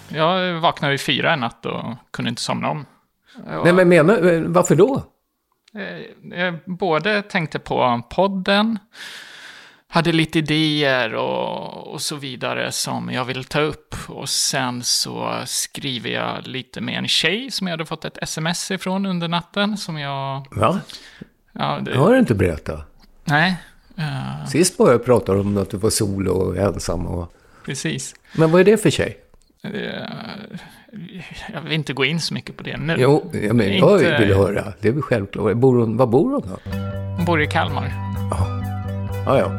Jag vaknade vid 4 en natt och kunde inte somna om. Nej, men varför då? Jag både tänkte på podden, hade lite idéer och så vidare som jag vill ta upp. Och sen så skriver jag lite med en tjej som jag hade fått ett sms ifrån under natten. Som jag... Va? Ja, Jag har inte berättat. Nej. Sist bara jag pratade om att du var solo och ensam. Och... Precis. Men vad är det för tjej? Jag vill inte gå in så mycket på det nu. Jo, jag vill höra. Det är väl självklart. Var bor hon då? Hon bor i Kalmar. Ja.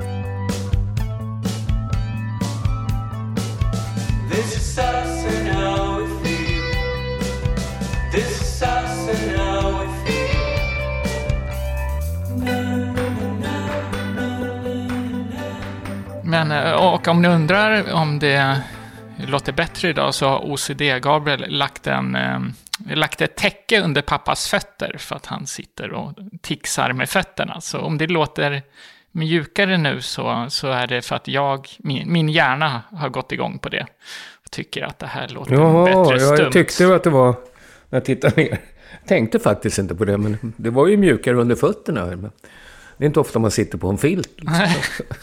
This is us and how we feel. This is us and how we feel. Men, och om ni undrar om det låter bättre idag, så har OCD Gabriel lagt ett täcke under pappas fötter för att han sitter och tixar med fötterna. Så om det låter mjukare nu så är det för att min hjärna har gått igång på det. Och tycker att det här låter bättre stumt. Jag tyckte att det var, när jag tittade ner, tänkte faktiskt inte på det, men det var ju mjukare under fötterna. Men det är inte ofta man sitter på en filt. Liksom.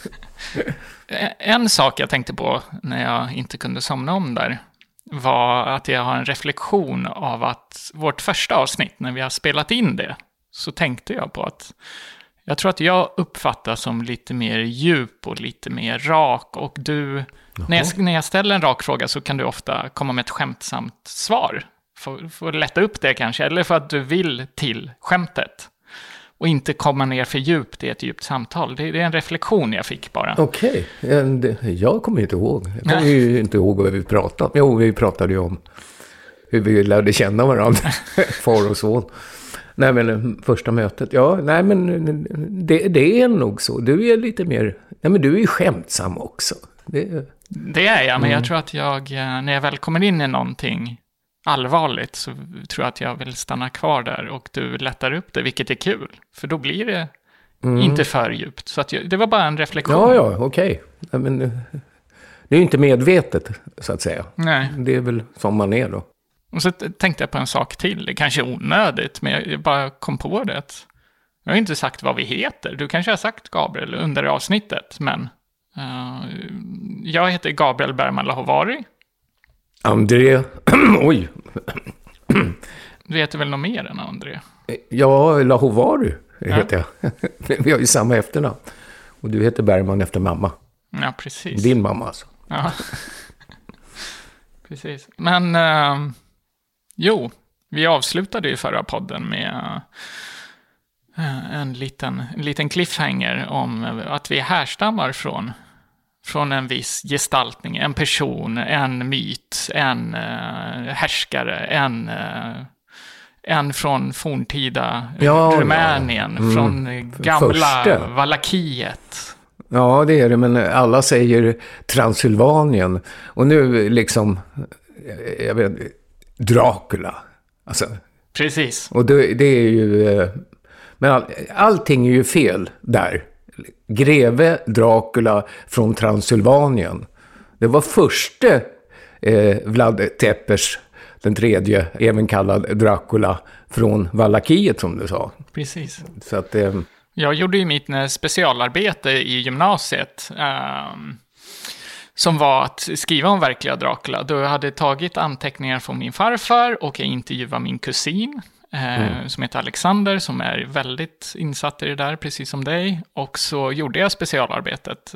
En sak jag tänkte på när jag inte kunde somna om där var att jag har en reflektion av att vårt första avsnitt, när vi har spelat in det, så tänkte jag på att jag tror att jag uppfattas som lite mer djup och lite mer rak, och du, när jag ställer en rak fråga så kan du ofta komma med ett skämtsamt svar för att lätta upp det kanske, eller för att du vill till skämtet. Och inte komma ner för djupt i ett djupt samtal. Det är en reflektion jag fick bara. Okej. Jag kommer inte ihåg. Jag kommer ju inte ihåg vad vi pratade om. Jo, vi pratade ju om hur vi lärde känna varandra. Far och son. Nej, men första mötet. Ja, nej, men det är nog så. Du är lite mer... Nej, men du är ju skämtsam också. Det är jag, men jag tror att när jag väl kommer in i någonting allvarligt så tror jag att jag vill stanna kvar där och du lättar upp det, vilket är kul. För då blir det inte för djupt. Så att det var bara en reflektion. Ja, okej. Ja, men det är ju inte medvetet, så att säga. Nej. Det är väl som man är då. Och så tänkte jag på en sak till. Det kanske är onödigt, men jag bara kom på det. Jag har inte sagt vad vi heter. Du kanske har sagt Gabriel under avsnittet, men jag heter Gabriel Bergman Lahovari. André, oj. Du heter väl något mer än André? Ja, Lahovari heter jag. Vi har ju samma efternamn. Och du heter Bergman efter mamma. Ja, precis. Din mamma alltså. Ja, precis. Men, vi avslutade ju förra podden med en liten cliffhanger om att vi härstammar från en viss gestaltning, en person, en myt, en härskare, en från forntida Rumänien, från gamla Valakiet. Ja, det är det, men alla säger Transylvanien. Och nu liksom, jag vet, Dracula. Alltså. Precis. Och det är ju, men allting är ju fel där. Greve Dracula från Transylvanien. Det var förste Vlad Tepes, den tredje, även kallad Dracula från Valakiet, som du sa. Precis. Så att, jag gjorde ju mitt specialarbete i gymnasiet som var att skriva om verkliga Dracula. Då jag hade tagit anteckningar från min farfar och jag intervjuade min kusin som heter Alexander, som är väldigt insatt i det där, precis som dig. Och så gjorde jag specialarbetet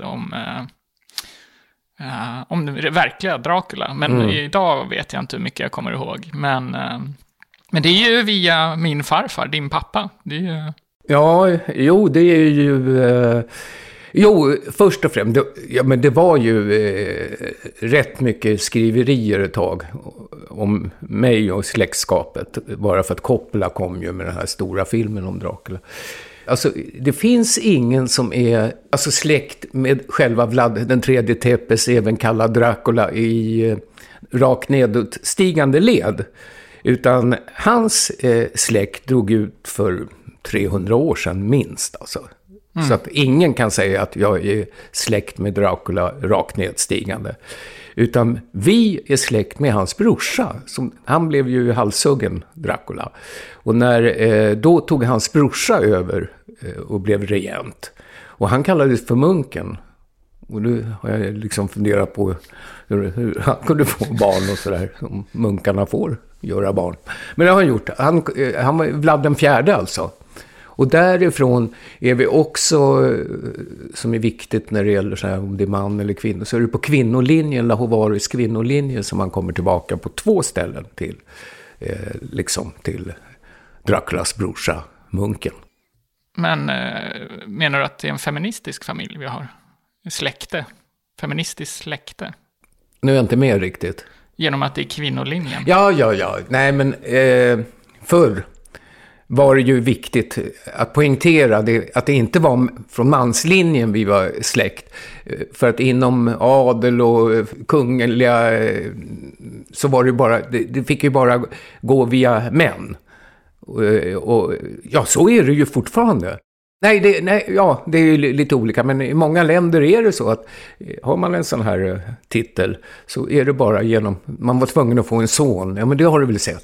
om det verkliga Dracula. Men idag vet jag inte hur mycket jag kommer ihåg. Men det är ju via min farfar, din pappa. Det är ju... Ja, jo, det är ju... först och främst, men det var ju rätt mycket skriverier ett tag om mig och släktskapet. Bara för att Coppola kom ju med den här stora filmen om Dracula. Alltså, det finns ingen som är släkt med själva Vlad den tredje Tepes, även kallad Dracula, i rakt nedutstigande led. Utan hans släkt drog ut för 300 år sedan minst, alltså. Så att ingen kan säga att jag är släkt med Dracula rakt nedstigande. Utan vi är släkt med hans brorsa. Han blev ju halshuggen, Dracula. Och då tog hans brorsa över och blev regent. Och han kallades för munken. Och nu har jag liksom funderat på hur han kunde få barn och sådär. Som munkarna får göra barn. Men det har han gjort. Han var Vlad den fjärde alltså. Och därifrån är vi också, som är viktigt när det gäller så här, om det är man eller kvinna, så är det på kvinnolinjen, Lahovaris kvinnolinje, som man kommer tillbaka på 2 ställen till, till Draculas brorsa, munken. Men menar du att det är en feministisk familj vi har? Släkte? Feministiskt släkte? Nu är jag inte med riktigt. Genom att det är kvinnolinjen? Ja. Nej, men förr var det ju viktigt att poängtera att det inte var från manslinjen vi var släkt. För att inom adel och kungliga så var det bara, det fick ju bara gå via män. Och ja, så är det ju fortfarande. Nej, det är ju lite olika, men i många länder är det så att har man en sån här titel så är det bara genom, man var tvungen att få en son. Ja, men det har du väl sett.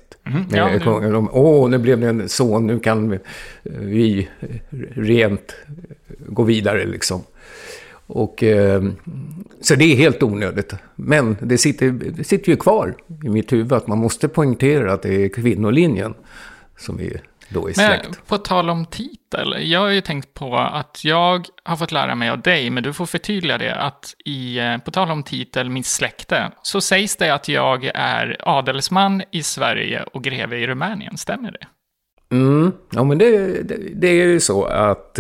Nu blev det en son, nu kan vi rent gå vidare liksom. Och så det är helt onödigt. Men det sitter ju kvar i mitt huvud att man måste poängtera att det är kvinnolinjen som vi då är släkt. Men på tal om titel, jag har ju tänkt på att jag har fått lära mig av dig, men du får förtydliga det, att på tal om titel, min släkte, så sägs det att jag är adelsman i Sverige och greve i Rumänien, stämmer det? Ja, men det är ju så att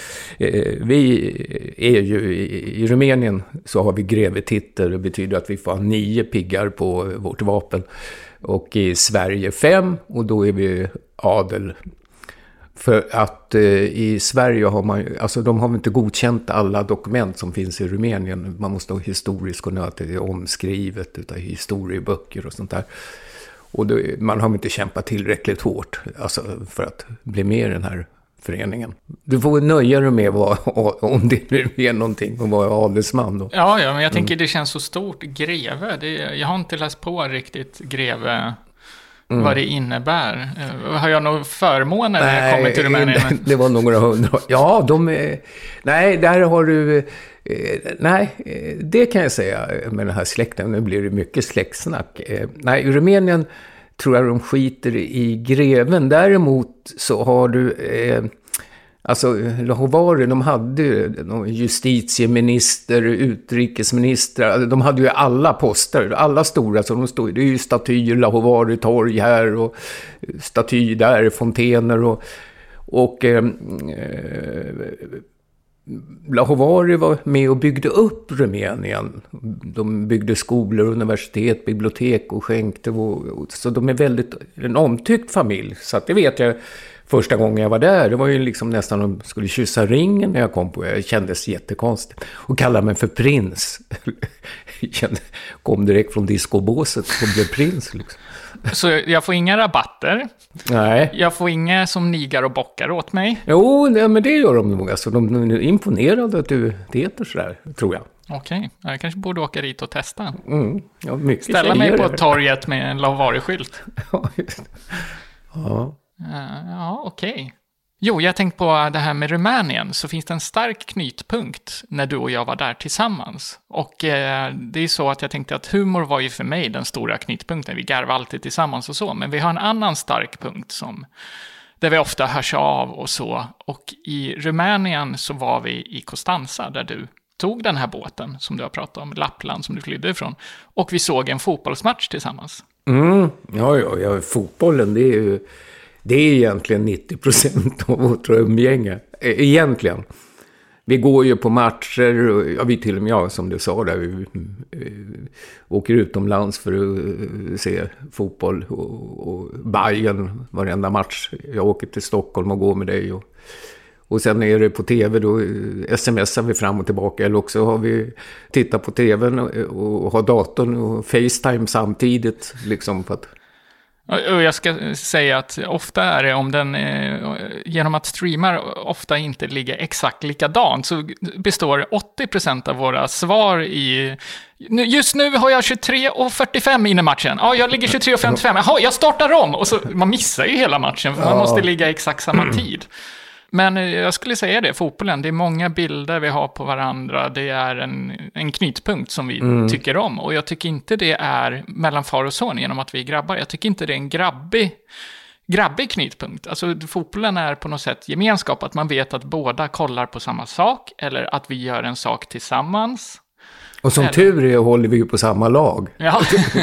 vi är ju i Rumänien så har vi grevetitel. Det betyder att vi får 9 piggar på vårt vapen. Och i Sverige 5, och då är vi adel. För att i Sverige har man alltså de har inte godkänt alla dokument som finns i Rumänien. Man måste ha historiskt kunna att det är omskrivet utav historieböcker och sånt där. Och man har inte kämpat tillräckligt hårt alltså, för att bli med i den här föreningen. Du får nöja dig med om det är någonting att vara adelsman då. Ja, men jag tänker det känns så stort, greve. Jag har inte läst på riktigt greve vad det innebär. Har jag några förmåner när jag kommer till Rumänien? Det var några 100. Ja, nej, där har du... Nej, det kan jag säga med den här släkten. Nu blir det mycket släktsnack. Nej, i Rumänien tror jag de skiter i greven. Däremot så har du... Alltså, Lahovari, de hade justitieminister, utrikesministrar, de hade ju alla poster, alla stora som de stod. Det är ju statyer, Lahovari torg här och staty där, fontäner och Lahovari var med och byggde upp Rumänien. De byggde skolor, universitet, bibliotek och skänkte. Så de är väldigt en omtyckt familj. Så att det vet jag första gången jag var där. Det var ju liksom nästan de skulle kyssa ringen när jag kom på. Jag kändes jättekonstigt. Och kallade mig för prins. Kom direkt från discobåset och blev prins liksom. Så jag får inga rabatter. Nej. Jag får inga som nigar och bockar åt mig. Jo, men det gör de nog. Alltså, de är imponerade att du heter sådär, tror jag. Okej, jag kanske borde åka dit och testa. Ja, mycket ställa mig på torget med en Lahovari-skylt. Ja, just det. Ja. Ja, okej. Jo, jag tänkte på det här med Rumänien, så finns det en stark knytpunkt när du och jag var där tillsammans. Och det är så att jag tänkte att humor var ju för mig den stora knytpunkten. Vi garvar alltid tillsammans och så, men vi har en annan stark punkt där vi ofta hörs av och så. Och i Rumänien så var vi i Konstanza där du tog den här båten som du har pratat om, Lappland som du flydde ifrån. Och vi såg en fotbollsmatch tillsammans. Ja, fotbollen det är egentligen 90% av vårt umgänge. Egentligen. Vi går ju på matcher, och vi till och med, som du sa där, vi åker utomlands för att se fotboll och Bayern varenda match. Jag åker till Stockholm och går med dig och sen är det på tv, då smsar vi fram och tillbaka, eller också har vi tittat på tvn och har datorn och FaceTime samtidigt liksom för att... Och jag ska säga att ofta är det om den, genom att streamar ofta inte ligger exakt likadant, så består 80% av våra svar i, just nu har jag 23:45 in i matchen. Ja, jag ligger 23:55. Jaha, jag startar om. Och så, man missar ju hela matchen, för man måste ligga exakt samma tid. Men jag skulle säga det, fotbollen, det är många bilder vi har på varandra. Det är en knytpunkt som vi tycker om. Och jag tycker inte det är mellan far och son genom att vi är grabbar. Jag tycker inte det är en grabbig knytpunkt. Alltså fotbollen är på något sätt gemenskap. Att man vet att båda kollar på samma sak. Eller att vi gör en sak tillsammans. Och som tur är håller vi ju på samma lag. Ja.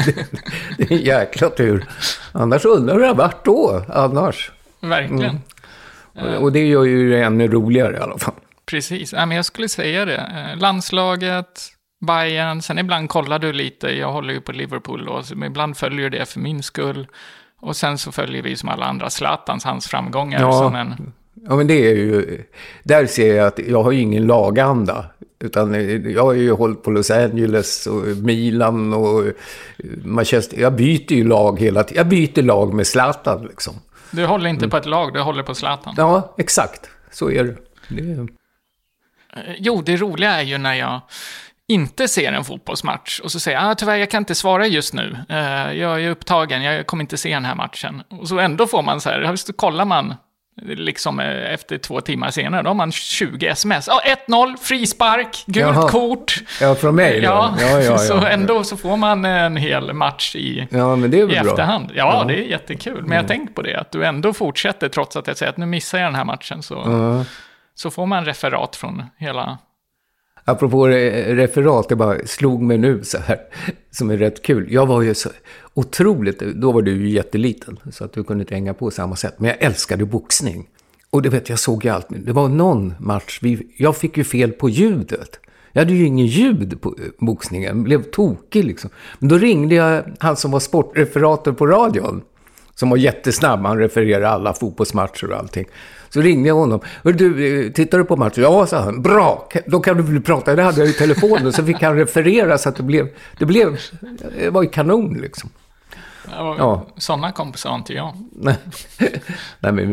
Det är en jäkla tur. Annars undrar jag vart då annars. Verkligen. Och det gör ju det ännu roligare i alla fall. Precis, men jag skulle säga det. Landslaget, Bayern, sen ibland kollar du lite. Jag håller ju på Liverpool då, så ibland följer det för min skull. Och sen så följer vi som alla andra Zlatans, hans framgångar. Ja, som en... ja, men det är ju... Där ser jag att jag har ju ingen laganda. Utan jag har ju hållit på Los Angeles och Milan och Manchester. Jag byter ju lag hela tiden. Jag byter lag med Zlatan liksom. Du håller inte på ett lag, du håller på Zlatan. Ja, exakt. Så är det. Jo, det roliga är ju när jag inte ser en fotbollsmatch och så säger jag, tyvärr jag kan inte svara just nu. Jag är upptagen, jag kommer inte se den här matchen. Och så ändå får man så här, så kollar man liksom efter 2 timmar senare, då har man 20 sms. 1-0, frispark, gult kort. Ja, från mig då. Ja. Så ändå så får man en hel match i men det är väl i bra. efterhand. Ja, det är jättekul. Men jag tänker på det, att du ändå fortsätter trots att jag säger att nu missar jag den här matchen. Så får man referat från hela... Apropå referat, det bara slog mig nu så här, som är rätt kul. Jag var ju så otroligt, då var du ju jätteliten så att du kunde inte hänga på samma sätt. Men jag älskade boxning. Och det vet jag såg ju allt. Det var någon match, jag fick ju fel på ljudet. Jag hade ju ingen ljud på boxningen, blev tokig liksom. Men då ringde jag han som var sportreferator på radion. Som var jättesnabb, han refererade alla fotbollsmatcher och allting. Så ringde jag honom. Du, tittar du på matchen? Ja, sa han. Bra, då kan du väl prata. Det hade jag i telefonen. Så fick han referera så att det var ju kanon liksom. Ja. Sådana kompisar har inte jag. Nej, men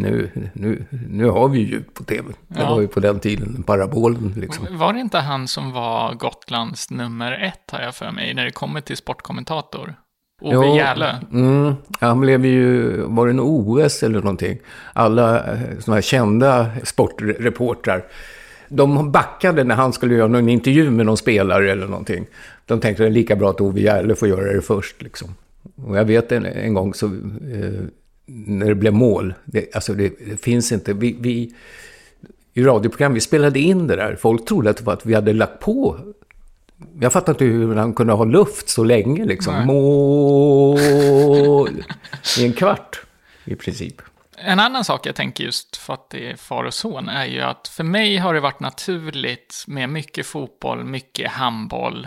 nu har vi ju ljud på tv. Det var ju på den tiden, parabolen liksom. Var det inte han som var Gotlands nummer 1, har jag för mig, när det kommer till sportkommentator? Ove Järlö. Han blev ju, var det en OS eller någonting? Alla såna här kända sportreportrar, de backade när han skulle göra någon intervju med någon spelare eller någonting. De tänkte det är lika bra att Ove Järlö får göra det först liksom. Och jag vet en gång så när det blev mål, det finns inte, vi i radioprogram, vi spelade in det där. Folk trodde att det var att vi hade lagt på. Jag fattar inte hur han kunde ha luft så länge liksom. Mål i en kvart i princip. En annan sak jag tänker just för att det är far och son är ju att för mig har det varit naturligt med mycket fotboll, mycket handboll.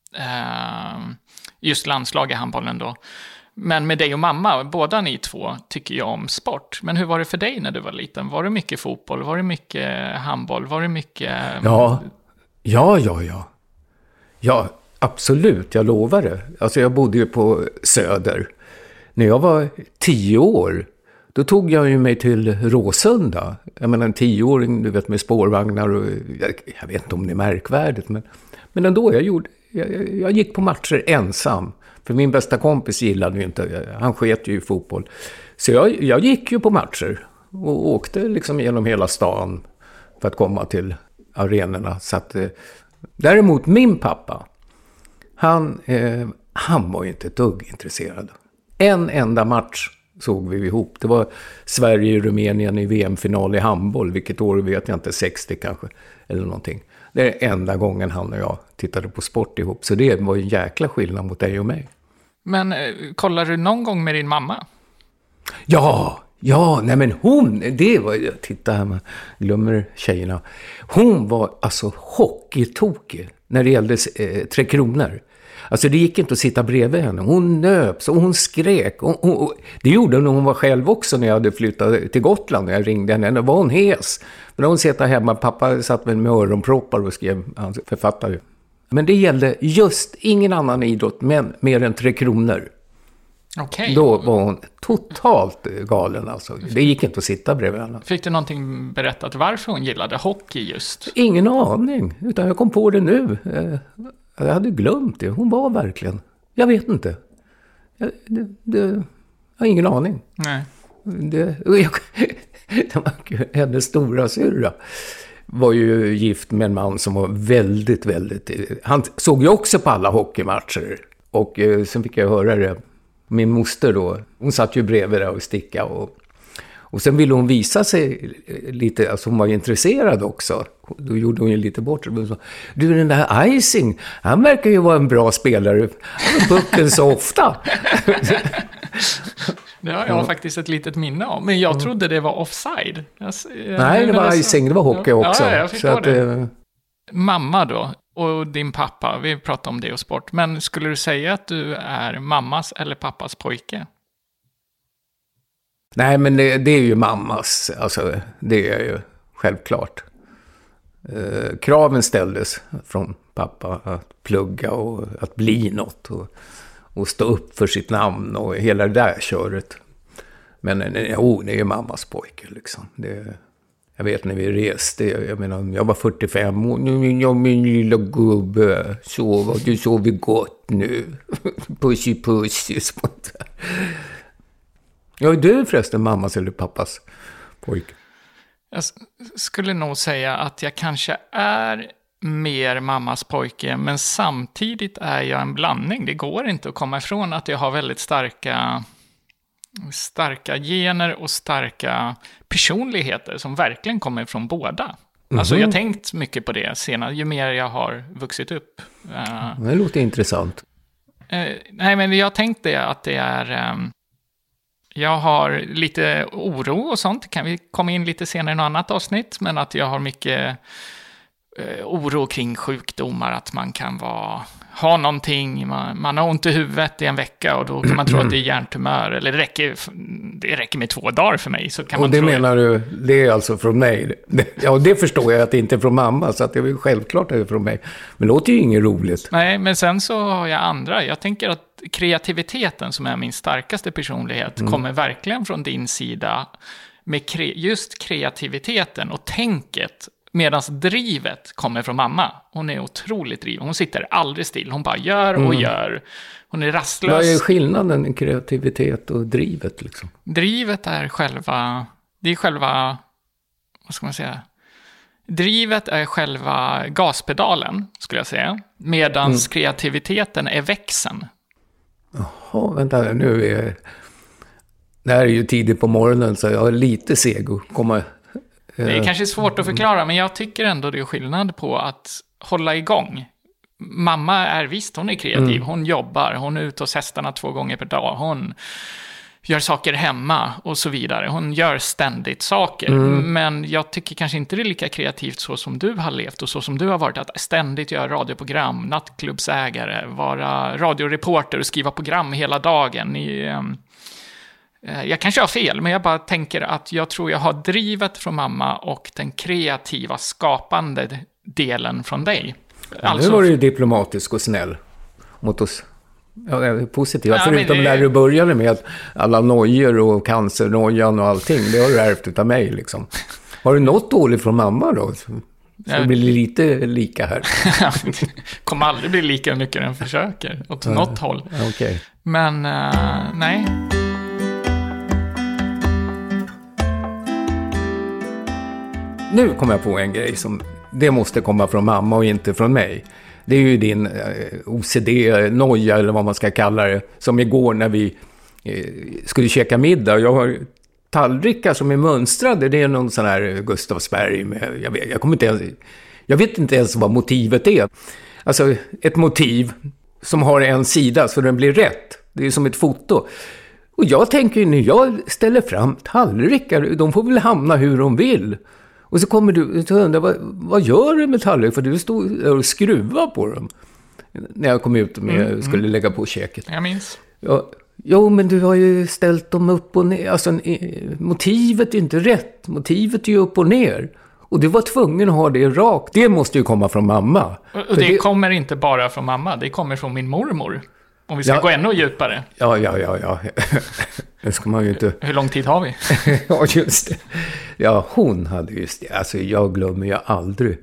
Just landslag i handbollen då. Men med dig och mamma, båda ni två tycker jag om sport. Men hur var det för dig när du var liten? Var det mycket fotboll? Var det mycket handboll? Var det mycket... Ja, absolut. Jag lovar det. Alltså jag bodde ju på Söder. När jag var 10 år, då tog jag ju mig till Råsunda. Jag menar en 10-åring, du vet, med spårvagnar och... Jag vet inte om det är märkvärdigt, men ändå, jag gick på matcher ensam. För min bästa kompis gillade ju inte, han sket ju i fotboll. Så jag gick ju på matcher och åkte liksom genom hela stan för att komma till arenorna. Så att, däremot min pappa, han var ju inte ett dugg intresserad. En enda match såg vi ihop. Det var Sverige-Rumänien i VM-final i handboll. Vilket år vet jag inte, 60 kanske eller någonting. Det är enda gången han och jag tittade på sport ihop. Så det var en jäkla skillnad mot dig och mig. Men kollar du någon gång med din mamma? Ja, nej men det var, titta här, man glömmer tjejerna. Hon var alltså hockeytokig när det gällde 3 kronor. Alltså det gick inte att sitta bredvid henne. Hon nöps och hon skrek. Det gjorde hon när hon var själv också när jag hade flyttat till Gotland. När jag ringde henne, då var hon hes. Men när hon satt hemma, pappa satt med öronproppar och skrev, han författade. Men det gällde just ingen annan idrott, men mer än 3 kronor. Okej. Då var hon totalt galen alltså. Det gick inte att sitta bredvid henne. Fick du någonting berättat varför hon gillade hockey just? Ingen aning, utan jag kom på det nu. Jag hade glömt det. Hon var verkligen... Jag vet inte. Jag har ingen aning. Nej. Hennes stora syrra var ju gift med en man som var väldigt, väldigt... Han såg ju också på alla hockeymatcher. Och sen fick jag höra det. Min moster då, hon satt ju bredvid där och sticka. Och sen ville hon visa sig lite, alltså hon var intresserad också. Då gjorde hon ju lite bort det. Så, du, den där Icing, han verkar ju vara en bra spelare. Han har pucken så ofta. Det har jag faktiskt ett litet minne av. Men jag trodde det var offside. Nej, det var icing, det var hockey också. Ja, jag förstår det. Mamma då, och din pappa, vi pratar om det och sport. Men skulle du säga att du är mammas eller pappas pojke? Nej, men det är ju mammas. Alltså, det är ju självklart. Kraven ställdes från pappa att plugga och att bli något. Och stå upp för sitt namn och hela det där köret. Men det är ju mammas pojke liksom. Jag vet när vi reste, jag menar, jag var 45 år. Nu min lilla gubbe, du sover gott nu. Pussy. Ja, du förresten mammas eller pappas pojke? Jag skulle nog säga att jag kanske är mer mammas pojke, men samtidigt är jag en blandning. Det går inte att komma ifrån att jag har väldigt starka gener och starka personligheter som verkligen kommer från båda. Alltså jag har tänkt mycket på det senare, ju mer jag har vuxit upp. Det låter intressant. Nej, men jag tänkte att det är... jag har lite oro och sånt, kan vi komma in lite senare i något annat avsnitt, men att jag har mycket oro kring sjukdomar, att man kan ha någonting, man har ont i huvudet i en vecka och då kan man tro att det är hjärntumör, eller det räcker med 2 dagar för mig. Så kan och man det menar du, det är alltså från mig? Ja, det förstår jag att det inte är från mamma, så att det är självklart att det är från mig. Men det låter ju inget roligt. Nej, men sen så har jag andra. Jag tänker att kreativiteten, som är min starkaste personlighet, kommer verkligen från din sida med just kreativiteten och tänket. Medan drivet kommer från mamma. Hon är otroligt driven. Hon sitter aldrig still. Hon bara gör och gör. Hon är rastlös. Vad är skillnaden i kreativitet och drivet liksom? Drivet är själva... Vad ska man säga? Drivet är själva gaspedalen, skulle jag säga. Medan kreativiteten är växeln. Jaha, vänta nu. Det här är ju tidigt på morgonen, så jag är lite seg att komma... Det är kanske svårt att förklara, men jag tycker ändå det är skillnad på att hålla igång. Mamma är visst, hon är kreativ, hon jobbar, hon är ute hos hästarna 2 gånger per dag, hon gör saker hemma och så vidare. Hon gör ständigt saker, men jag tycker kanske inte det är lika kreativt så som du har levt och så som du har varit, att ständigt göra radioprogram, nattklubbsägare, vara radioreporter och skriva program hela dagen jag kanske har fel, men jag bara tänker att jag tror jag har drivet från mamma och den kreativa, skapande delen från dig. Alltså, nu var du ju diplomatisk och snäll mot oss. Ja, positivt. Förutom när du började med att alla nojor och cancernojan och allting, det har du ärvt av mig liksom. Har du något dåligt från mamma då? Så det blir lite lika här. Kommer aldrig bli lika mycket den försöker, åt något håll. Okay. Men nej... Nu kommer jag på en grej som det måste komma från mamma och inte från mig. Det är ju din OCD-noja eller vad man ska kalla det. Som igår när vi skulle käka middag. Jag har tallrikar som är mönstrade. Det är någon sån här Gustavsberg med, jag vet inte ens vad motivet är. Alltså ett motiv som har en sida så den blir rätt. Det är som ett foto. Och jag tänker ju när jag ställer fram tallrikar, de får väl hamna hur de vill. Och så kommer du och undrar, vad gör du med tallrikar? För du stod och skruvar på dem. När jag kom ut och skulle lägga på käket. Jag minns. Ja, jo, men du har ju ställt dem upp och ner. Alltså, motivet är inte rätt. Motivet är ju upp och ner. Och du var tvungen att ha det rakt. Det måste ju komma från mamma. Och det kommer inte bara från mamma. Det kommer från min mormor. Om vi ska gå ännu djupare. Ja. Det ska man ju inte... Hur lång tid har vi? Ja, just det. Ja, hon hade just det. Alltså, jag glömmer ju aldrig.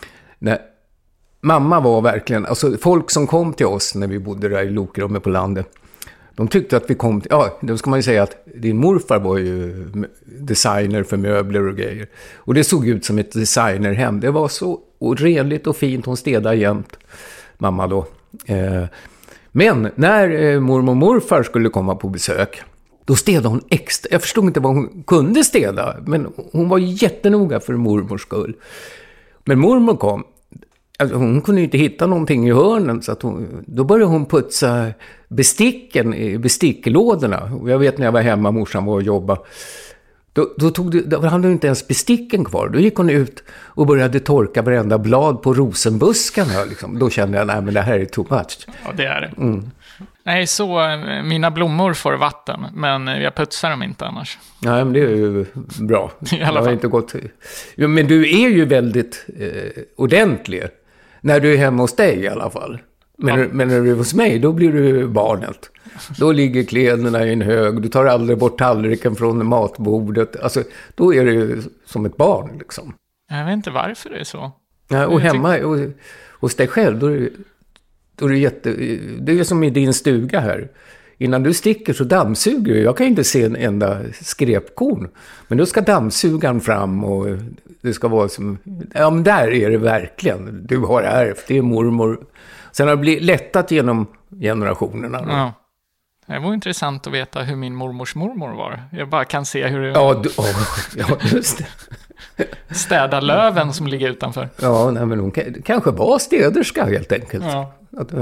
Mamma var verkligen... Alltså, folk som kom till oss när vi bodde där i lokrummet på landet. De tyckte att vi kom till... Ja, då ska man ju säga att din morfar var ju designer för möbler och grejer. Och det såg ut som ett designerhem. Det var så renligt och fint. Hon städade jämt, mamma då. Men när mormor och morfar skulle komma på besök, då städade hon extra. Jag förstod inte vad hon kunde städa, men hon var jättenoga för mormors skull. Men mormor kom, alltså hon kunde ju inte hitta någonting i hörnen, så att då började hon putsa besticken i besticklådorna. Och jag vet när jag var hemma, morsan var och jobbade. Då hade hon inte ens besticken kvar. Då gick hon ut och började torka varenda blad på rosenbuskarna. Liksom. Då kände jag, nej men det här är too much. Ja, det är det. Nej, så mina blommor får vatten, men jag putsar dem inte annars. Nej, men det är ju bra. I alla fall. Har inte gått... Jo, men du är ju väldigt ordentlig. När du är hemma hos dig i alla fall. Men när du är hos mig, då blir du barnet. Då ligger kläderna i en hög. Du tar aldrig bort tallriken från matbordet. Alltså, då är du som ett barn liksom. Jag vet inte varför det är så. Ja, och hemma hos dig själv, då är det det är som i din stuga här. Innan du sticker så dammsuger du. Jag kan inte se en enda skrepkorn. Men då ska dammsugaren fram och det ska vara som... Ja, men där är det verkligen. Du har ärvt, det är mormor. Sen har det blivit lättat genom generationerna. Då. Ja. Det var intressant att veta hur min mormors mormor var. Jag bara kan se hur det... Ja, just det. Städa löven som ligger utanför. Ja, nej, men hon kanske var städerska helt enkelt. Ja.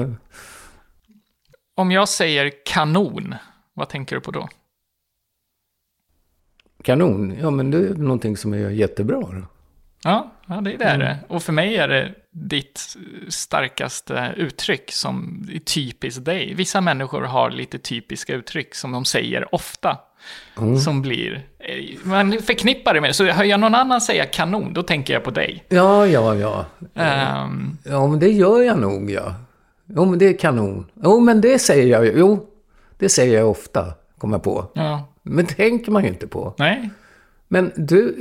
Om jag säger kanon, vad tänker du på då? Kanon? Ja, men det är någonting som är jättebra. Då. Ja, det är det. Och för mig är det ditt starkaste uttryck som är typiskt dig. Vissa människor har lite typiska uttryck som de säger ofta. Som blir... Man förknippar det med. Så hör jag någon annan säga kanon, då tänker jag på dig. Ja. Ja, men det gör jag nog, ja. Jo, men det är kanon. Jo, men det säger jag. Jo, det säger jag ofta, kommer jag på. Ja. Men det tänker man ju inte på. Nej. Men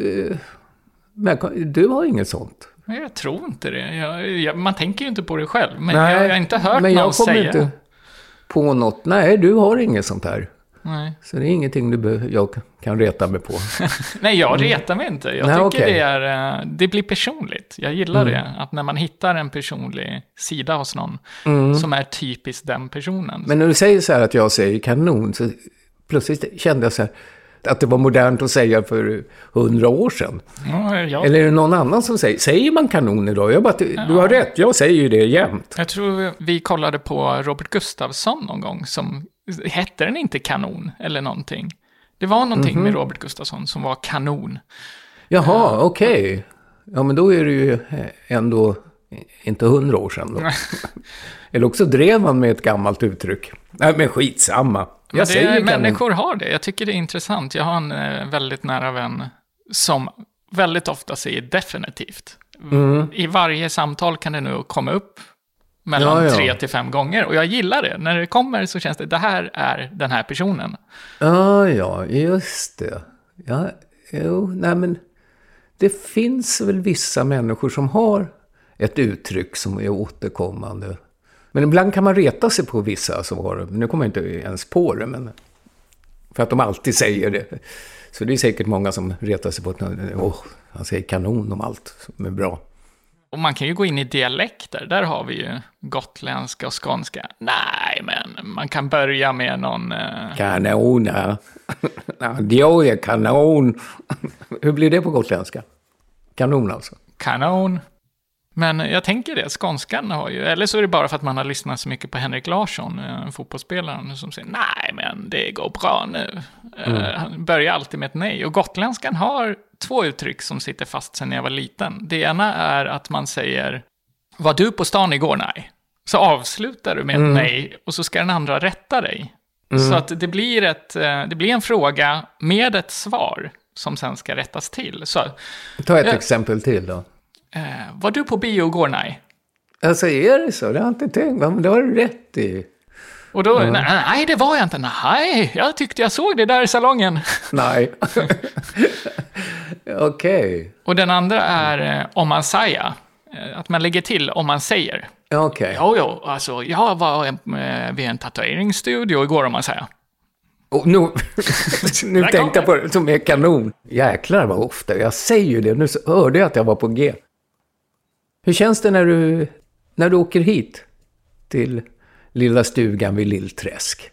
du har inget sånt. Jag tror inte det. Man tänker ju inte på det själv. Men Nej, jag har inte hört men någon säga. jag kommer inte på något. Nej, du har inget sånt här. Nej. Så det är ingenting jag kan reta mig på. Nej, jag retar mig inte. Jag tycker det blir personligt. Jag gillar det. Att när man hittar en personlig sida hos någon som är typiskt den personen. Men när du säger så här att jag säger kanon, så plötsligt kände jag så här att det var modernt att säga för 100 år sedan. Ja. Eller är det någon annan som säger man kanon idag? Jag bara, du har rätt, jag säger ju det jämt. Jag tror vi kollade på Robert Gustafsson någon gång som hette den inte kanon eller någonting. Det var någonting med Robert Gustafsson som var kanon. Jaha, okej. Ja, men då är det ju ändå inte 100 år sedan då. Eller också drev man med ett gammalt uttryck. Nej, men skitsamma. Människor har det. Jag tycker det är intressant. Jag har en väldigt nära vän som väldigt ofta säger definitivt. I varje samtal kan det nu komma upp mellan 3 till 5 gånger. Och jag gillar det. När det kommer så känns det här är den här personen. Ja, just det. Ja, nej men det finns väl vissa människor som har ett uttryck som är återkommande. Men ibland kan man reta sig på vissa som har det. Nu kommer jag inte ens på det, men för att de alltid säger det. Så det är säkert många som retar sig på att han säger kanon om allt som är bra. Och man kan ju gå in i dialekter. Där har vi ju gotländska och skånska. Nej, men man kan börja med någon... Kanon, ja. Det är kanon. Hur blir det på gotländska? Kanon alltså. Kanon. Men jag tänker det, skånskan har ju... Eller så är det bara för att man har lyssnat så mycket på Henrik Larsson, fotbollsspelaren, som säger nej, men det går bra nu. Han börjar alltid med ett nej. Och gotländskan har 2 uttryck som sitter fast sedan jag var liten. Det ena är att man säger, var du på stan igår? Nej. Så avslutar du med ett nej och så ska den andra rätta dig. Så att det blir en fråga med ett svar som sen ska rättas till. Så, ta ett exempel till då. Var du på bio igår? Nej. Alltså är det så? Det har jag inte tänkt. Men det har du rätt i. Och då, nej, det var jag inte. Nej, jag tyckte jag såg det där i salongen. Nej. Okej. Och den andra är om man säger. Att man lägger till om man säger. Okej. Jo, alltså jag var vid en tatueringsstudio igår om man säger. Och nu tänkte jag på det som är kanon. Jäklar vad ofta. Jag säger ju det. Nu hörde jag att jag var på G. Hur känns det när du åker hit till lilla stugan vid Lillträsk?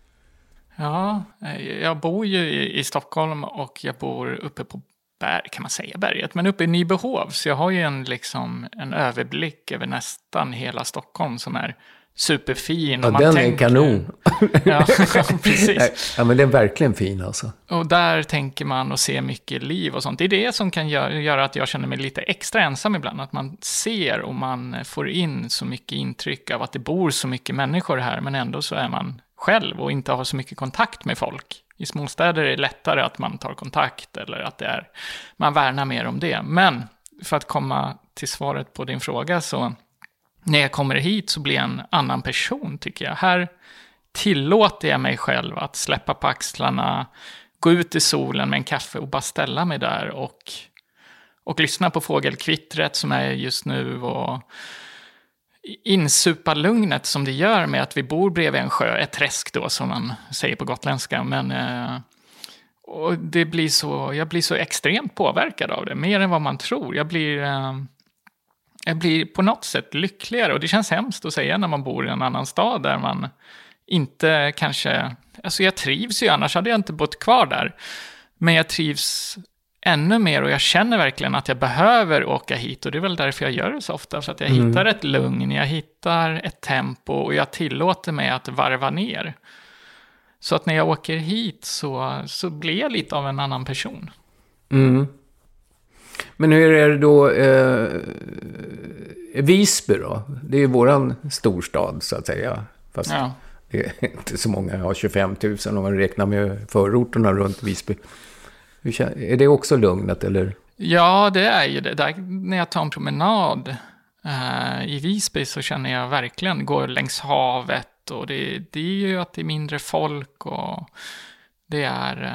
Ja, jag bor ju i Stockholm och jag bor uppe på kan man säga berget, men uppe i Nybyhov. Så jag har ju en överblick över nästan hela Stockholm som är superfin. Ja, den är kanon. Ja, precis. Ja, men den är verkligen fin alltså. Och där tänker man och ser mycket liv och sånt. Det är det som kan göra att jag känner mig lite extra ensam ibland. Att man ser och man får in så mycket intryck av att det bor så mycket människor här. Men ändå så är man själv och inte har så mycket kontakt med folk. I småstäder är det lättare att man tar kontakt eller att man värnar mer om det. Men för att komma till svaret på din fråga så när jag kommer hit så blir jag en annan person tycker jag. Här tillåter jag mig själv att släppa på axlarna, gå ut i solen med en kaffe och bara ställa mig där och lyssna på fågelkvittret som är just nu och insupa lugnet som det gör med att vi bor bredvid en sjö, ett träsk då som man säger på gotländska, men och jag blir så extremt påverkad av det, mer än vad man tror. Jag blir på något sätt lyckligare och det känns hemskt att säga när man bor i en annan stad där man inte kanske, alltså jag trivs ju, annars hade jag inte bott kvar där, men jag trivs ännu mer och jag känner verkligen att jag behöver åka hit och det är väl därför jag gör det så ofta, så att jag hittar ett lugn, jag hittar ett tempo och jag tillåter mig att varva ner. Så att när jag åker hit så blir jag lite av en annan person. Mm. Men hur är det då Visby då? Det är våran storstad så att säga, fast det är inte så många, jag har 25 000 om man räknar med förorterna runt Visby. Är det också lugnet eller? Ja, det är ju det. Där, när jag tar en promenad i Visby så känner jag verkligen, går längs havet och det är ju att det är mindre folk och det är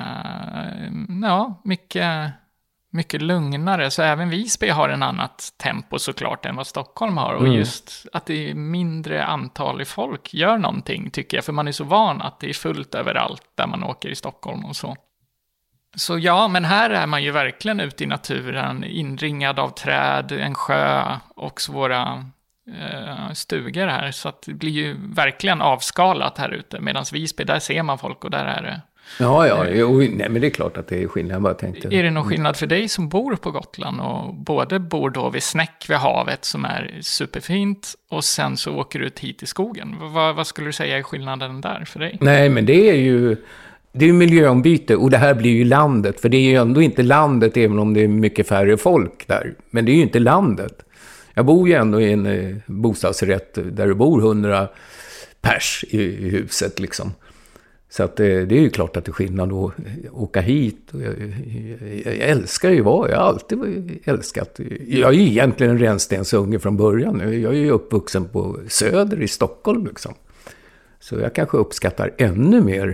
mycket lugnare. Så även Visby har en annat tempo såklart än vad Stockholm har. Och just att det är mindre antal i folk gör någonting tycker jag. För man är så van att det är fullt överallt där man åker i Stockholm och så. Så ja, men här är man ju verkligen ute i naturen, inringad av träd, en sjö och våra stugor här. Så att det blir ju verkligen avskalat här ute. Medan Visby, där ser man folk och där är det. Nej, men det är klart att det är skillnad. Jag bara tänkte. Är det någon skillnad för dig som bor på Gotland och både bor då vid Snäck vid havet som är superfint och sen så åker du ut hit i skogen? Vad skulle du säga är skillnaden där för dig? Nej, men det är ju miljöombyte och det här blir ju landet. För det är ju ändå inte landet även om det är mycket färre folk där. Men det är ju inte landet. Jag bor ju ändå i en bostadsrätt där det bor 100 pers i huset liksom. Så att det är ju klart att det är skillnad att åka hit. Jag älskar ju jag har alltid älskat. Jag är ju egentligen en renstensunge från början. Jag är ju uppvuxen på Söder i Stockholm liksom. Så jag kanske uppskattar ännu mer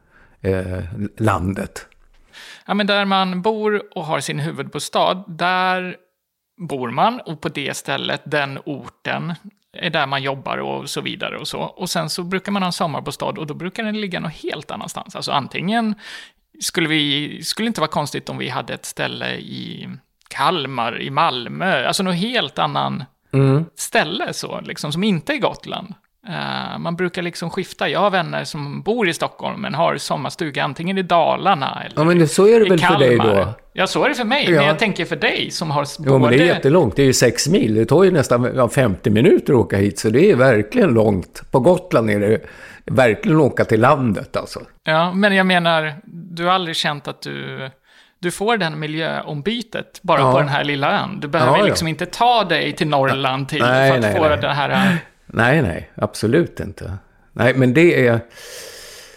landet. Ja, men där man bor och har sin huvudbostad, där bor man och på det stället, den orten är där man jobbar och så vidare och så. Och sen så brukar man ha en sommarbostad och då brukar den ligga någon helt annanstans. Alltså antingen skulle inte vara konstigt om vi hade ett ställe i Kalmar, i Malmö, alltså något helt annan ställe så, liksom, som inte är Gotland. Man brukar liksom skifta. Jag har vänner som bor i Stockholm men har sommarstuga antingen i Dalarna eller men så är det väl Kalmar. För dig då? Ja, så är det för mig. Ja. Men jag tänker för dig som har både... men det är jättelångt. Det är ju 6 mil. Det tar ju nästan 50 minuter att åka hit. Så det är verkligen långt. På Gotland är det verkligen åka till landet alltså. Ja, men jag menar, du har aldrig känt att du får den miljöombytet bara på den här lilla ön. Du behöver liksom inte ta dig till Norrland för att få det här... Nej, absolut inte. Nej, men det är...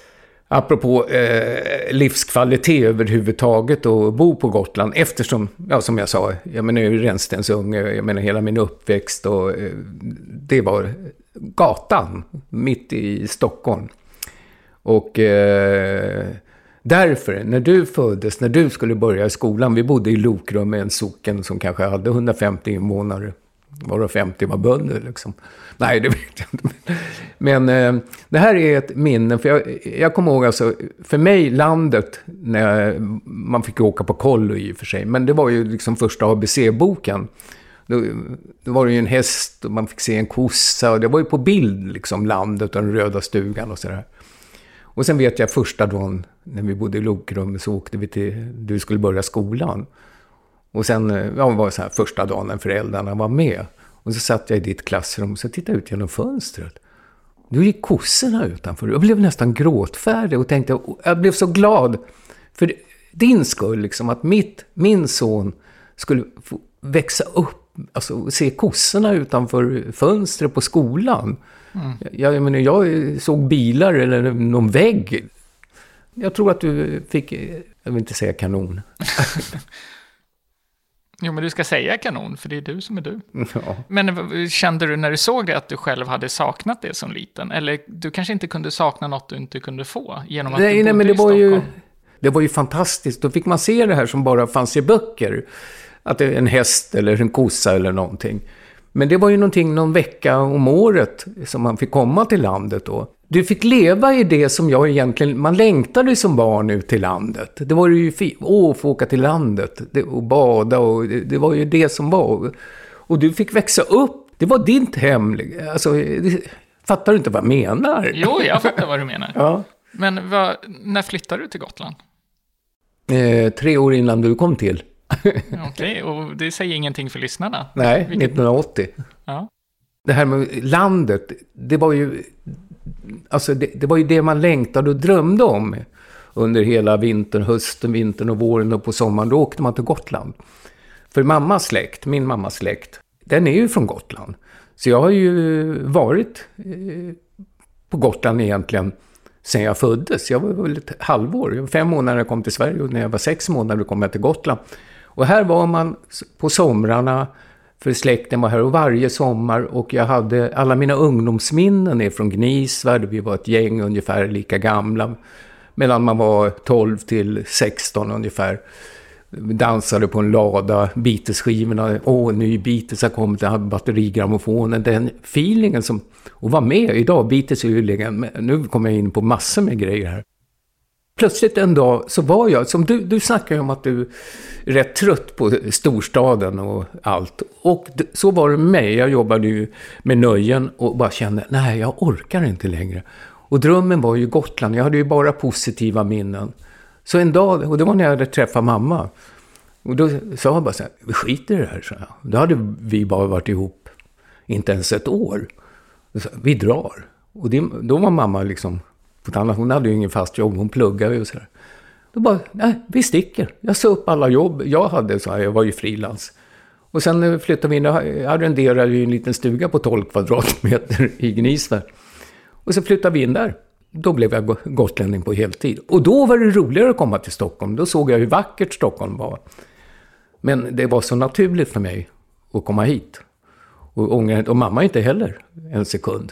apropå livskvalitet överhuvudtaget och bo på Gotland. Eftersom, ja, som jag sa, jag menar ju Rännstensunge, jag menar hela min uppväxt och det var gatan mitt i Stockholm. Och därför, när du föddes, när du skulle börja i skolan, vi bodde i Lokrum med en socken som kanske hade 150 invånare. Varav 50 var bönder liksom. Nej, det vet jag inte. Men det här är ett minne. För jag kommer ihåg alltså, för mig landet, när man fick åka på kollo i och för sig. Men det var ju liksom första ABC-boken. Då var det ju en häst och man fick se en kossa. Och det var ju på bild liksom landet och den röda stugan och sådär. Och sen vet jag första dagen när vi bodde i Lokrum så åkte vi till, du skulle börja skolan. Och sen var det så här första dagen när föräldrarna var med. Och så satt jag i ditt klassrum och så tittade jag ut genom fönstret. Då gick kossorna utanför. Jag blev nästan gråtfärdig och tänkte, jag blev så glad för din skull liksom, att min son skulle få växa upp, alltså se kossorna utanför fönstret på skolan. Jag menar, jag såg bilar eller någon vägg. Jag tror att du fick, jag vill inte säga kanon. Jo, men du ska säga kanon, för det är du som är du. Ja. Men kände du när du såg det att du själv hade saknat det som liten? Eller du kanske inte kunde sakna något du inte kunde få genom att du bodde men det i var Stockholm? Det var ju fantastiskt. Då fick man se det här som bara fanns i böcker. Att det är en häst eller en kossa eller någonting. Men det var ju någon vecka om året som man fick komma till landet då. Du fick leva i det som jag egentligen, man längtade som barn ut till landet. Det var ju få åka till landet och bada och det var ju det som var. Och du fick växa upp, det var ditt hem. Alltså, fattar du inte vad jag menar? Jo, jag fattar vad du menar. Ja. Men när flyttade du till Gotland? 3 år innan du kom till. Okej, och det säger ingenting för lyssnarna. Nej, 1980. Ja. Det här med landet, det var ju... Alltså det var ju det man längtade och drömde om under hela vintern, hösten, vintern och våren och på sommaren. Då åkte man till Gotland. För min mammas släkt, den är ju från Gotland. Så jag har ju varit på Gotland egentligen sen jag föddes. Jag var väl ett halvår. Jag var 5 månader när jag kom till Sverige och när jag var 6 månader kom jag till Gotland. Och här var man på somrarna, för släkten var här och varje sommar, och jag hade alla mina ungdomsminnen är från Gnisvärd. Vi var ett gäng ungefär lika gamla, mellan man var 12 till 16 ungefär. Vi dansade på en lada, Beatles-skivorna, ny Beatles har kommit, jag hade batterigrammofonen, den feelingen som, och var med idag, Beatles är ju legend, nu kommer jag in på massor med grejer här. Plötsligt en dag så var jag, som du snackar om att du är rätt trött på storstaden och allt. Och så var det med mig. Jag jobbade ju med nöjen och bara kände, nej jag orkar inte längre. Och drömmen var ju Gotland, jag hade ju bara positiva minnen. Så en dag, och det var när jag hade träffat mamma. Och då sa jag bara så här, vi skiter i det här. Så här. Då hade vi bara varit ihop inte ens ett år. Så, vi drar. Och då var mamma liksom... Hon hade ju ingen fast jobb, hon pluggade och sådär. Då bara, nej, vi sticker. Jag sa upp alla jobb jag hade, så här, jag var ju frilans. Och sen flyttade vi in, jag arrenderade ju en liten stuga på 12 kvadratmeter i Gnisvärd. Och så flyttade vi in där. Då blev jag gotlänning på heltid. Och då var det roligare att komma till Stockholm. Då såg jag hur vackert Stockholm var. Men det var så naturligt för mig att komma hit. Och mamma inte heller en sekund.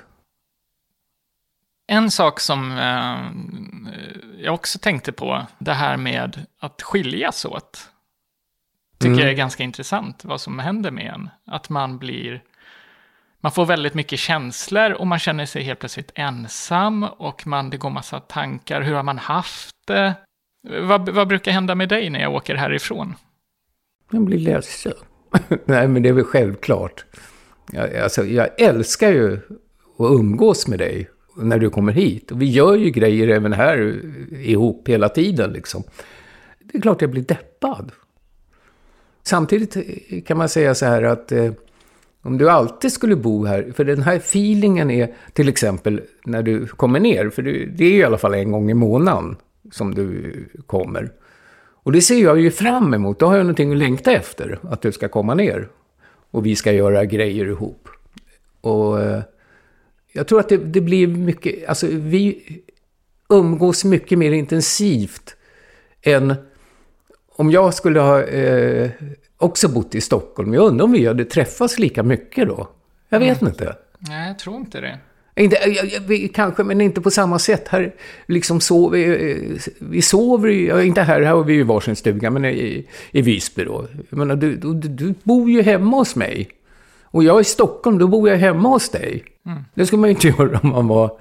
En sak som jag också tänkte på, det här med att skiljas åt, tycker jag är ganska intressant vad som händer med en. Att man får väldigt mycket känslor och man känner sig helt plötsligt ensam och det går massa tankar, hur har man haft det? Vad brukar hända med dig när jag åker härifrån? Jag blir ledsen. Nej, men det är väl självklart. Jag älskar ju att umgås med dig när du kommer hit. Och vi gör ju grejer även här ihop hela tiden liksom. Det är klart jag blir deppad. Samtidigt kan man säga så här att om du alltid skulle bo här, för den här feelingen är till exempel när du kommer ner, för det är ju i alla fall en gång i månaden som du kommer. Och det ser jag ju fram emot. Då har jag någonting att längta efter, att du ska komma ner. Och vi ska göra grejer ihop. Och jag tror att det blir mycket, alltså umgås mycket mer intensivt än om jag skulle ha också bott i Stockholm. Jag undrar om vi hade träffats lika mycket då. Jag vet inte. Nej, jag tror inte det. Inte, kanske, men inte på samma sätt. Här liksom vi sover ju, inte här har vi ju varsin stuga, men i Visby då. Jag menar, du bor ju hemma hos mig. Och jag är i Stockholm, då bor jag hemma hos dig. Det skulle man ju inte göra om man var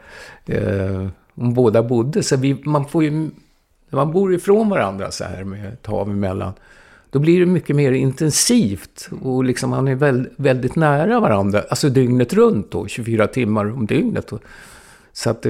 om båda bodde. Så man får ju, när man bor ifrån varandra så här med ett hav emellan, då blir det mycket mer intensivt. Och liksom man är väldigt nära varandra. Alltså dygnet runt då, 24 timmar om dygnet. Så att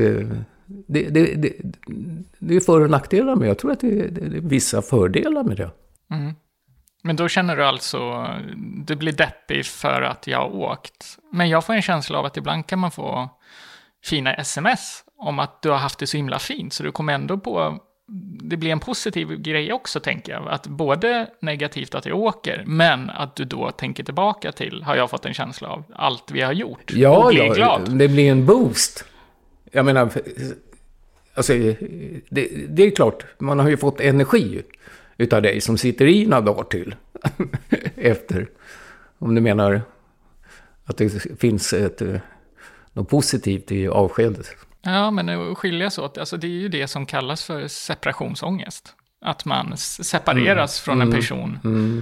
det är för- och nackdelar, men jag tror att det är vissa fördelar med det. Mm. Men då känner du alltså, du blir deppig för att jag har åkt. Men jag får en känsla av att ibland kan man få fina sms om att du har haft det så himla fint. Så du kommer ändå på, det blir en positiv grej också, tänker jag. Att både negativt att jag åker, men att du då tänker tillbaka till, har jag fått en känsla av, allt vi har gjort. Ja, och blir glad. Det blir en boost. Jag menar, alltså, det är klart, man har ju fått energi utav dig som sitter i några dagar till. Efter, om du menar att det finns något positivt i avskedet. Ja, men att skiljas åt, alltså det är ju det som kallas för separationsångest. Att man separeras från en person.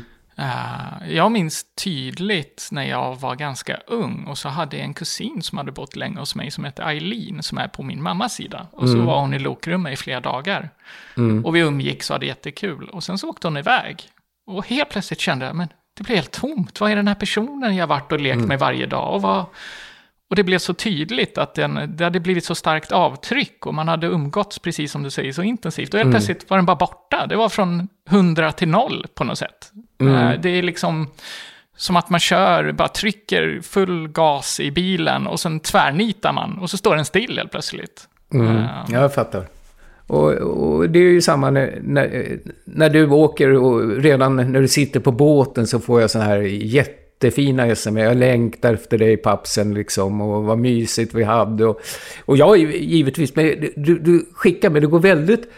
Jag minns tydligt när jag var ganska ung och så hade jag en kusin som hade bott länge hos mig som hette Eileen, som är på min mammas sida. Och så var hon i lokrummet i flera dagar. Och vi umgicks och hade jättekul. Och sen så åkte hon iväg. Och helt plötsligt kände jag, men det blev helt tomt. Vad är den här personen jag varit och lekt med varje dag? Och det blev så tydligt att det hade blivit så starkt avtryck och man hade umgåtts, precis som du säger, så intensivt. Och helt plötsligt var den bara borta. Det var från 100 till 0 på något sätt. Det är liksom som att man bara trycker full gas i bilen och sen tvärnitar man och så står den still helt plötsligt. Jag fattar. Och det är ju samma när du åker och redan när du sitter på båten så får jag sån här jättefina sms. Jag längtar efter dig, pappsen, liksom, och vad mysigt vi hade. Och jag givetvis, men du skickar mig, det går väldigt,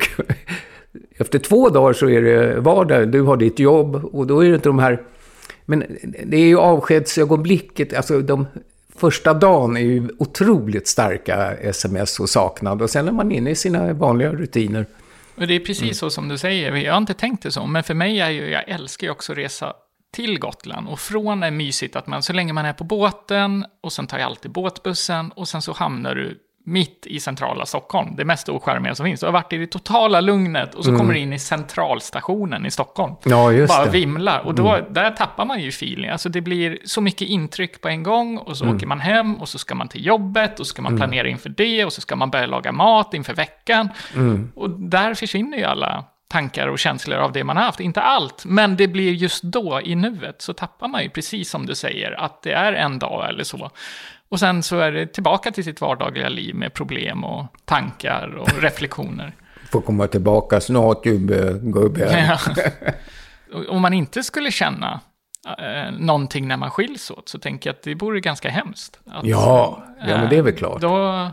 efter 2 dagar så är det vardag, du har ditt jobb och då är det inte de här, men det är ju avskedsögonblicket, alltså de första dagen är ju otroligt starka sms och saknad och sen är man inne i sina vanliga rutiner. Och det är precis så som du säger, jag har inte tänkt det så, men för mig jag älskar ju också resa till Gotland och från är mysigt att man, så länge man är på båten och sen tar jag alltid båtbussen och sen så hamnar du mitt i centrala Stockholm, det mest ocharmiga som finns. Du har varit i det totala lugnet och så kommer du in i centralstationen i Stockholm. Ja, just bara det. Vimlar. Och då, där tappar man ju feeling. Alltså det blir så mycket intryck på en gång och så åker man hem och så ska man till jobbet och så ska man planera inför det och så ska man börja laga mat inför veckan. Och där försvinner ju alla tankar och känslor av det man har haft. Inte allt, men det blir just då i nuet så tappar man ju, precis som du säger, att det är en dag eller så. Och sen så är det tillbaka till sitt vardagliga liv med problem och tankar och reflektioner. Får komma tillbaka snart, gubbe. Ja. Om man inte skulle känna någonting när man skiljs åt så tänker jag att det vore ganska hemskt. Att, Ja, men det är väl klart. Då...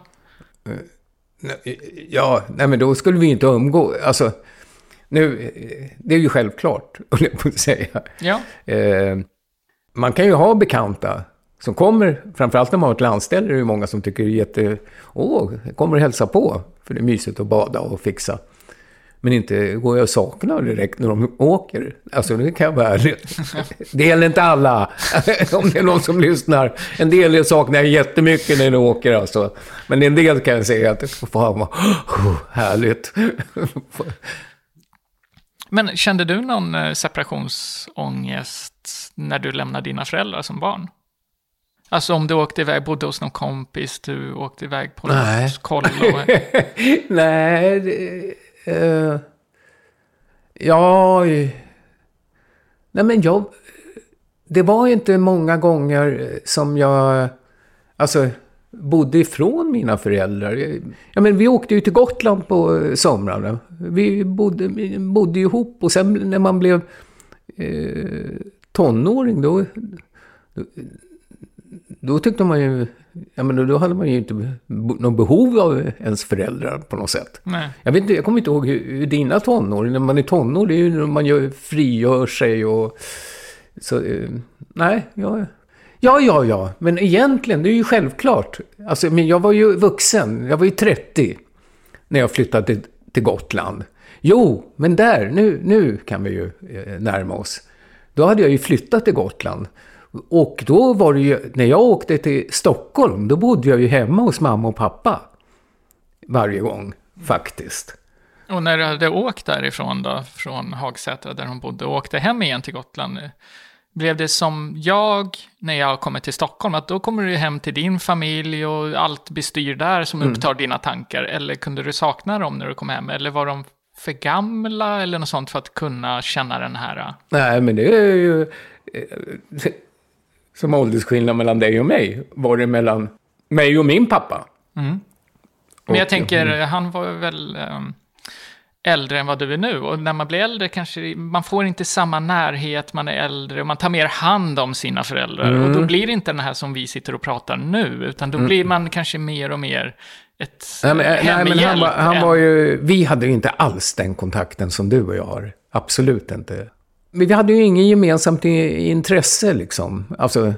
Ja, nej, men då skulle vi inte umgå. Alltså, nu, det är ju självklart, höll jag på att säga. Ja. Man kan ju ha bekanta som kommer, framförallt när man har ett landställe, är det ju många som tycker det är kommer och hälsa på, för det är mysigt att bada och fixa. Men inte går jag och saknar direkt när de åker. Alltså det kan jag vara ärlig. Det gäller inte alla. Om det är någon som lyssnar. En del saknar jag jättemycket när de åker. Alltså. Men en del kan jag säga att det får vara härligt. Men kände du någon separationsångest när du lämnade dina föräldrar som barn? Alltså om du åkte iväg, bodde hos någon kompis, du åkte iväg på något kollo? Nej, det var inte många gånger som jag bodde ifrån mina föräldrar. Men vi åkte ju till Gotland på somrarna. Vi bodde ihop och sen när man blev tonåring då tyckte man ju, Ja, men då hade man ju inte någon behov av ens föräldrar på något sätt. Nej. Jag kommer inte ihåg hur dina tonår, när man är tonår, det är ju när man frigör sig och så, nej, ja, men egentligen, det är ju självklart. Alltså, men jag var ju vuxen, jag var ju 30 när jag flyttade till Gotland. Jo, men nu kan vi ju närma oss. Då hade jag ju flyttat till Gotland. Och då var det ju, när jag åkte till Stockholm, då bodde jag ju hemma hos mamma och pappa. Varje gång, faktiskt. Och när du hade åkt därifrån då, från Hagsätra där hon bodde, och åkte hem igen till Gotland, blev det som när jag kommer till Stockholm, att då kommer du hem till din familj och allt bestyr där som upptar dina tankar? Eller kunde du sakna dem när du kom hem? Eller var de för gamla eller något sånt för att kunna känna den här? Nej, men det är ju som åldersskillnad mellan dig och mig. Var det mellan mig och min pappa. Mm. Men jag tänker, han var väl äldre än vad du är nu. Och när man blir äldre kanske man får inte samma närhet, man är äldre och man tar mer hand om sina föräldrar. Och då blir det inte den här som vi sitter och pratar nu, utan då blir man kanske mer och mer ett hemhjälp. Han var ju, vi hade ju inte alls den kontakten som du och jag har. Absolut inte. Men vi hade ju ingen gemensamt intresse liksom. Alltså,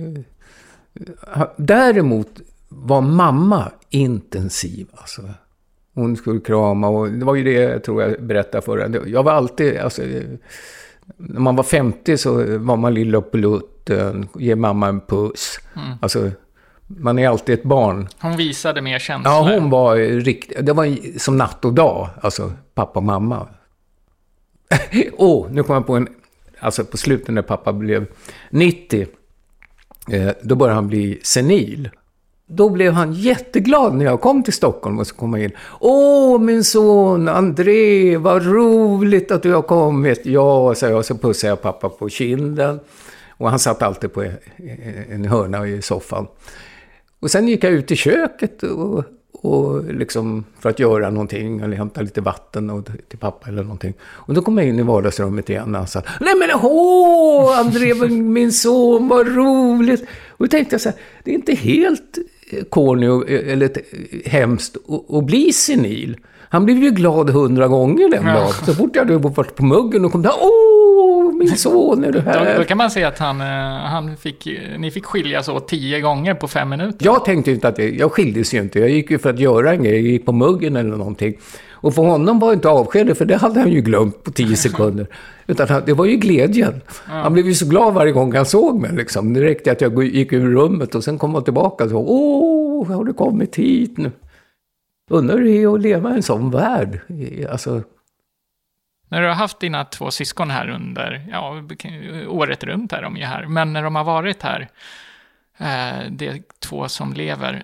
däremot var mamma intensiv alltså. Hon skulle krama och det var ju det jag tror jag berättade för. Jag var alltid, alltså, när man var 50 så var man lilla på lutten, ge mamma en puss. Alltså, man är alltid ett barn. Hon visade mer känslor. Ja, hon var riktigt, det var som natt och dag, alltså pappa och mamma. Nu kom jag på alltså på slutet när pappa blev 90, då började han bli senil. Då blev han jätteglad när jag kom till Stockholm och så kom jag in. Min son André, vad roligt att du har kommit. Ja, sa jag, så pussade jag pappa på kinden. Och han satt alltid på en hörna i soffan. Och sen gick jag ut i köket och liksom för att göra någonting eller hämta lite vatten till pappa eller någonting. Och då kom jag in i vardagsrummet igen och han sa, nej men André, min son, vad roligt. Och då tänkte jag så här, det är inte helt corny eller hemskt att bli senil. Han blev ju glad 100 gånger den dagen. Så fort jag hade varit på muggen och kom där, min son är du här. Då kan man säga att ni fick skiljas åt 10 gånger på 5 minuter. Jag tänkte inte att jag skildes ju inte. Jag gick ju för att göra en grej. Jag gick på muggen eller någonting. Och för honom var inte avskedet, för det hade han ju glömt på 10 sekunder. Utan det var ju glädjen. Han blev ju så glad varje gång han såg mig. Liksom. Det räckte att jag gick ur rummet och sen kom jag tillbaka och så, har du kommit hit nu? Undrar hur det är att leva i en sån värld. Alltså... När du har haft dina 2 syskon här under, året runt är de ju här. Men när de har varit här, det är 2 som lever,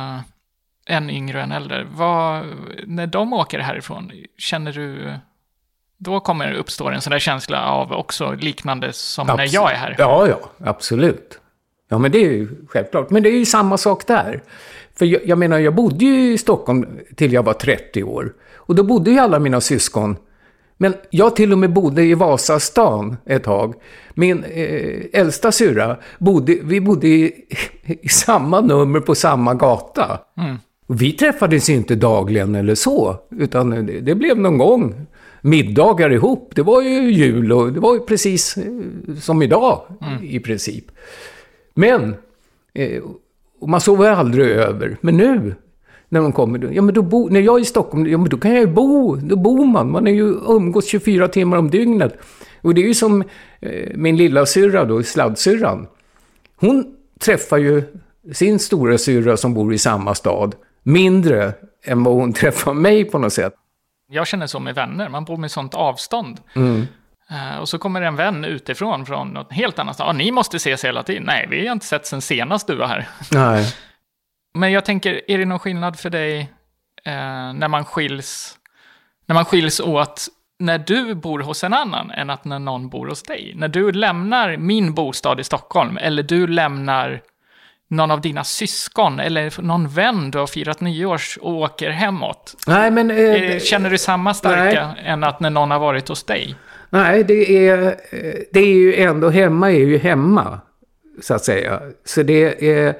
en yngre och en äldre. När de åker härifrån, känner du, då kommer det uppstå en sån där känsla av också liknande som när jag är här? Ja, absolut. Ja, men det är ju självklart. Men det är ju samma sak där. För jag menar, jag bodde ju i Stockholm till jag var 30 år. Och då bodde ju alla mina syskon. Men jag till och med bodde i Vasastan ett tag. Min äldsta syrra vi bodde i samma nummer på samma gata. Och vi träffades inte dagligen eller så. Utan det blev någon gång middagar ihop. Det var ju jul och det var ju precis som idag i princip. Men man sover aldrig över. Men nu... När de kommer, men när jag är i Stockholm, då kan jag ju då bor man är ju umgås 24 timmar om dygnet. Och det är ju som min lilla syrra då, sladdsyrran. Hon träffar ju sin stora syrra som bor i samma stad mindre än vad hon träffar mig på något sätt. Jag känner så med vänner, man bor med sånt avstånd. Och så kommer en vän utifrån från något helt annat stad. Ni måste ses hela tiden. Nej, vi har inte sett sen senast du var här. Nej. Men jag tänker, är det någon skillnad för dig när man skiljs åt när du bor hos en annan än att när någon bor hos dig? När du lämnar min bostad i Stockholm eller du lämnar någon av dina syskon eller någon vän du har firat nyårs och åker hemåt. Nej, men... känner du samma starka än att när någon har varit hos dig? Nej, det är ju ändå hemma är ju hemma, så att säga. Så det är...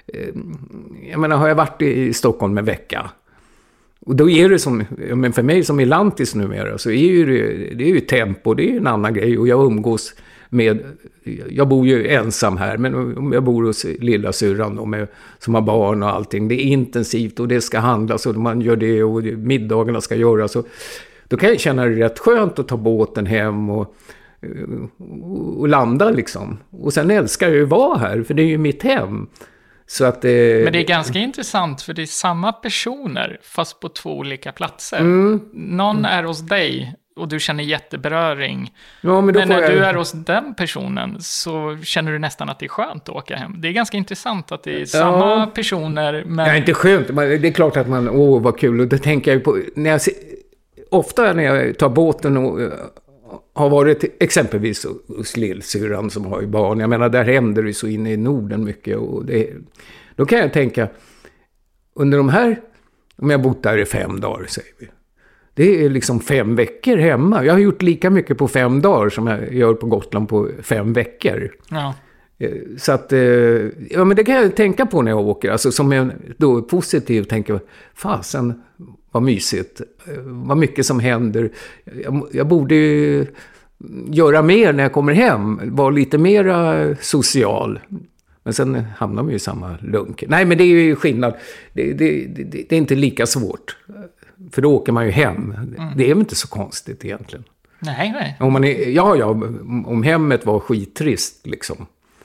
jag menar, har jag varit i Stockholm en vecka, och då är det som, men för mig som är lantis numera, så är ju det är ju tempo, det är en annan grej, och jag umgås med, jag bor ju ensam här, men om jag bor hos lilla syrran då, som har barn och allting, det är intensivt och det ska handlas och man gör det och middagarna ska göras, och då kan jag känna det rätt skönt att ta båten hem och landa liksom. Och sen älskar jag ju att vara här, för det är ju mitt hem. Så att, men det är ganska intressant, för det är samma personer fast på 2 olika platser. Någon är hos dig och du känner jätteberöring. Ja, men när du är hos den personen så känner du nästan att det är skönt att åka hem. Det är ganska intressant att det är samma personer. Men... Ja, inte skönt. Det är klart att man, vad kul. Och det tänker jag på, ofta när jag tar båten och har varit exempelvis hos lillsyrran som har ju barn. Jag menar, där händer det så inne i Norden mycket. Och då kan jag tänka, under de här, om jag bott där i 5 dagar, säger vi. Det är liksom 5 veckor hemma. Jag har gjort lika mycket på 5 dagar som jag gör på Gotland på 5 veckor. Ja. Så att, ja, men det kan jag tänka på när jag åker. Alltså som en då positiv tänker, fasen vad mysigt. Vad mycket som händer. Jag borde ju göra mer när jag kommer hem. Vara lite mera social. Men sen hamnar man ju i samma lunk. Nej, men det är ju skillnad. Det är inte lika svårt. För då åker man ju hem. Det är väl inte så konstigt egentligen. Nej. Om hemmet var skittrist liksom.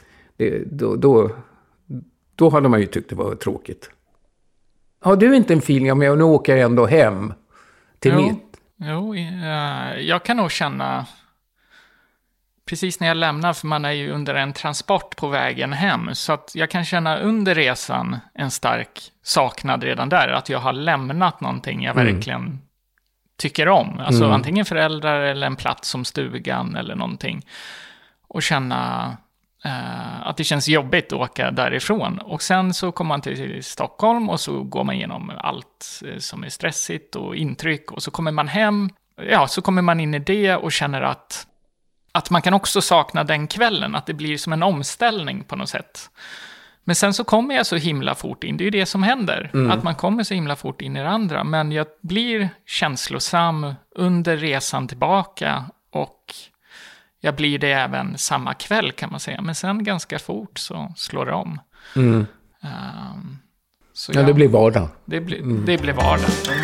Då hade man ju tyckt det var tråkigt. Har du inte en feeling men nu åker jag ändå hem till mitt? Jo, jag kan nog känna precis när jag lämnar, för man är ju under en transport på vägen hem, så att jag kan känna under resan en stark saknad redan där, att jag har lämnat någonting jag verkligen tycker om. Alltså antingen föräldrar eller en plats som stugan eller någonting. Och känna att det känns jobbigt att åka därifrån. Och sen så kommer man till Stockholm och så går man igenom allt som är stressigt och intryck. Och så kommer man hem, så kommer man in i det och känner att man kan också sakna den kvällen. Att det blir som en omställning på något sätt. Men sen så kommer jag så himla fort in. Det är ju det som händer. Att man kommer så himla fort in i det andra. Men jag blir känslosam under resan tillbaka. Och jag blir det även samma kväll kan man säga. Men sen ganska fort så slår det om. Det blir vardag. Det blir vardag.